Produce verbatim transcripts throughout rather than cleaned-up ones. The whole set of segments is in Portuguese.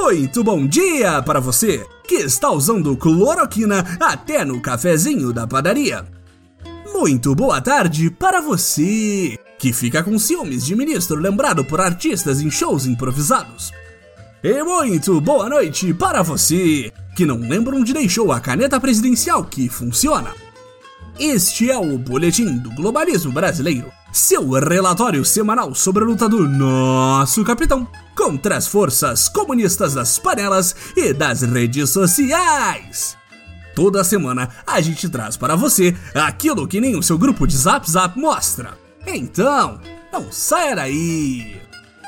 Muito bom dia para você que está usando cloroquina até no cafezinho da padaria. Muito boa tarde para você que fica com ciúmes de ministro lembrado por artistas em shows improvisados. E muito boa noite para você que não lembra onde deixou a caneta presidencial que funciona. Este é o Boletim do Globalismo Brasileiro, seu relatório semanal sobre a luta do nosso capitão contra as forças comunistas das panelas e das redes sociais. Toda semana a gente traz para você aquilo que nem o seu grupo de Zap Zap mostra. Então, não saia daí!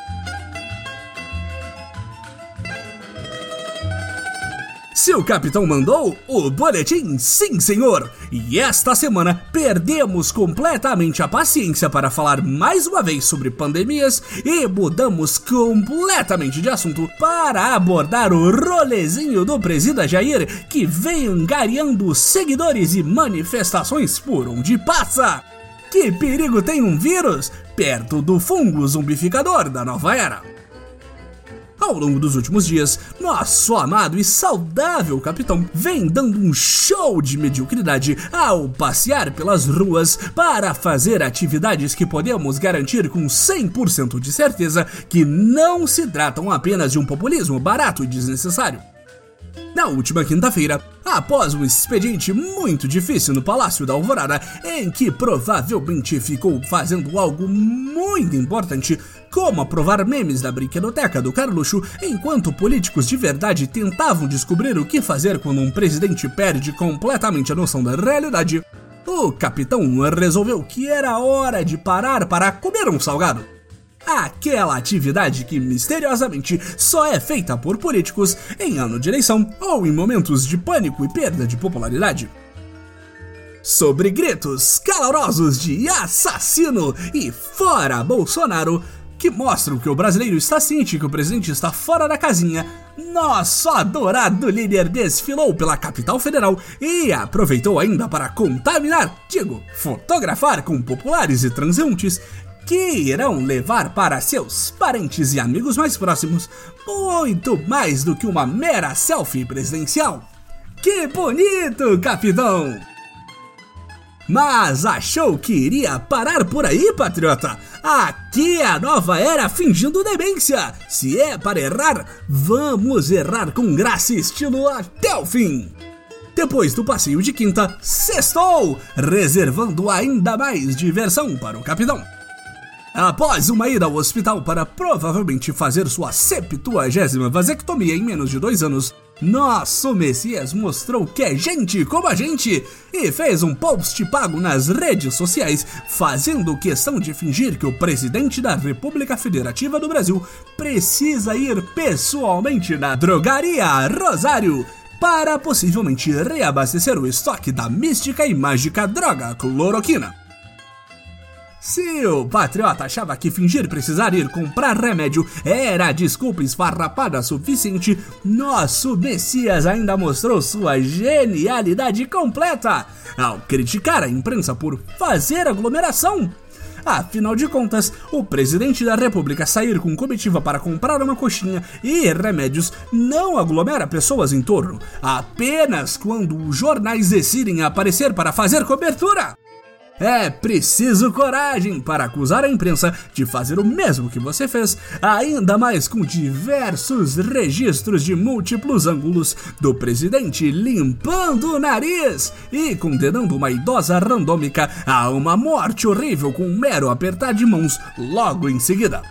Se o capitão mandou, o boletim sim senhor! E esta semana perdemos completamente a paciência para falar mais uma vez sobre pandemias e mudamos completamente de assunto para abordar o rolezinho do presida Jair que vem angariando seguidores e manifestações por onde passa. Que perigo tem um vírus perto do fungo zumbificador da nova era? Ao longo dos últimos dias, nosso amado e saudável capitão vem dando um show de mediocridade ao passear pelas ruas para fazer atividades que podemos garantir com cem por cento de certeza que não se tratam apenas de um populismo barato e desnecessário. Na última quinta-feira, após um expediente muito difícil no Palácio da Alvorada, em que provavelmente ficou fazendo algo muito importante, como aprovar memes da brinquedoteca do Carluxo, enquanto políticos de verdade tentavam descobrir o que fazer quando um presidente perde completamente a noção da realidade, o capitão resolveu que era hora de parar para comer um salgado. Aquela atividade que misteriosamente só é feita por políticos em ano de eleição ou em momentos de pânico e perda de popularidade. Sobre gritos calorosos de assassino e fora Bolsonaro, que mostram que o brasileiro está ciente que o presidente está fora da casinha, nosso adorado líder desfilou pela capital federal e aproveitou ainda para contaminar, digo, fotografar com populares e transeuntes que irão levar para seus parentes e amigos mais próximos muito mais do que uma mera selfie presidencial. Que bonito, capitão! Mas achou que iria parar por aí, patriota? Aqui é a nova era fingindo demência. Se é para errar, vamos errar com graça e estilo até o fim. Depois do passeio de quinta, sextou, reservando ainda mais diversão para o capitão. Após uma ida ao hospital para provavelmente fazer sua septuagésima vasectomia em menos de dois anos, nosso Messias mostrou que é gente como a gente e fez um post pago nas redes sociais, fazendo questão de fingir que o presidente da República Federativa do Brasil precisa ir pessoalmente na drogaria Rosário para possivelmente reabastecer o estoque da mística e mágica droga cloroquina. Se o patriota achava que fingir precisar ir comprar remédio era desculpa esfarrapada suficiente, nosso Messias ainda mostrou sua genialidade completa ao criticar a imprensa por fazer aglomeração. Afinal de contas, o presidente da República sair com comitiva para comprar uma coxinha e remédios não aglomera pessoas em torno, apenas quando os jornais decidem aparecer para fazer cobertura. É preciso coragem para acusar a imprensa de fazer o mesmo que você fez, ainda mais com diversos registros de múltiplos ângulos do presidente limpando o nariz e condenando uma idosa randômica a uma morte horrível com um mero apertar de mãos logo em seguida.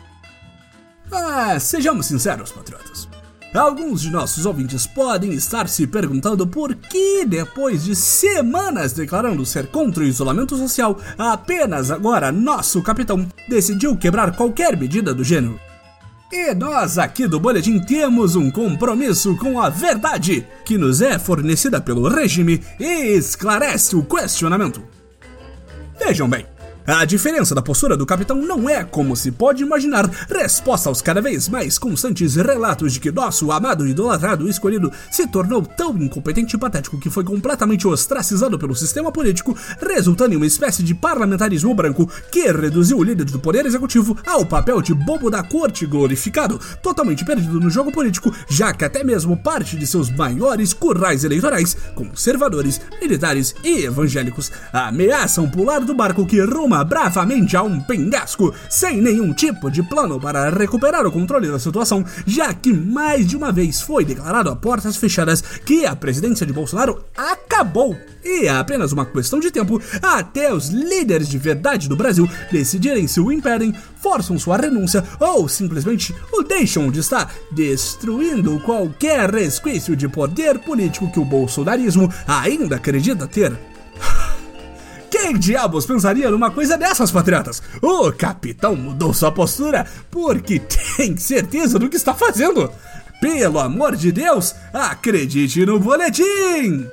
Ah, sejamos sinceros, patriotas. Alguns de nossos ouvintes podem estar se perguntando por que, depois de semanas declarando ser contra o isolamento social, apenas agora nosso capitão decidiu quebrar qualquer medida do gênero. E nós aqui do Boletim temos um compromisso com a verdade, que nos é fornecida pelo regime e esclarece o questionamento. Vejam bem, A diferença da postura do capitão não é, como se pode imaginar, resposta aos cada vez mais constantes relatos de que nosso amado e idolatrado escolhido se tornou tão incompetente e patético que foi completamente ostracizado pelo sistema político, resultando em uma espécie de parlamentarismo branco que reduziu o líder do poder executivo ao papel de bobo da corte glorificado, totalmente perdido no jogo político, já que até mesmo parte de seus maiores currais eleitorais, conservadores, militares e evangélicos, ameaçam pular do barco que ruma bravamente a um penhasco, sem nenhum tipo de plano para recuperar o controle da situação, já que mais de uma vez foi declarado a portas fechadas que a presidência de Bolsonaro acabou. E é apenas uma questão de tempo até os líderes de verdade do Brasil decidirem se o impedem, forçam sua renúncia ou simplesmente o deixam onde está, destruindo qualquer resquício de poder político que o bolsonarismo ainda acredita ter. Quem diabos pensaria numa coisa dessas, patriotas? O capitão mudou sua postura porque tem certeza do que está fazendo. Pelo amor de Deus, acredite no boletim!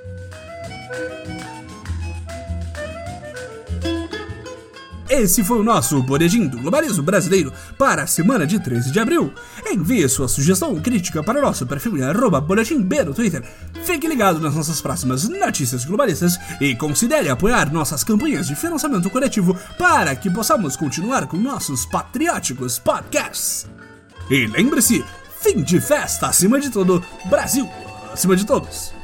Esse foi o nosso boletim do Globalismo Brasileiro para a semana de treze de abril. Envie sua sugestão ou crítica para o nosso perfil em arroba boletim B no Twitter. Fique ligado nas nossas próximas notícias globalistas e considere apoiar nossas campanhas de financiamento coletivo para que possamos continuar com nossos patrióticos podcasts. E lembre-se, fim de festa acima de tudo, Brasil acima de todos.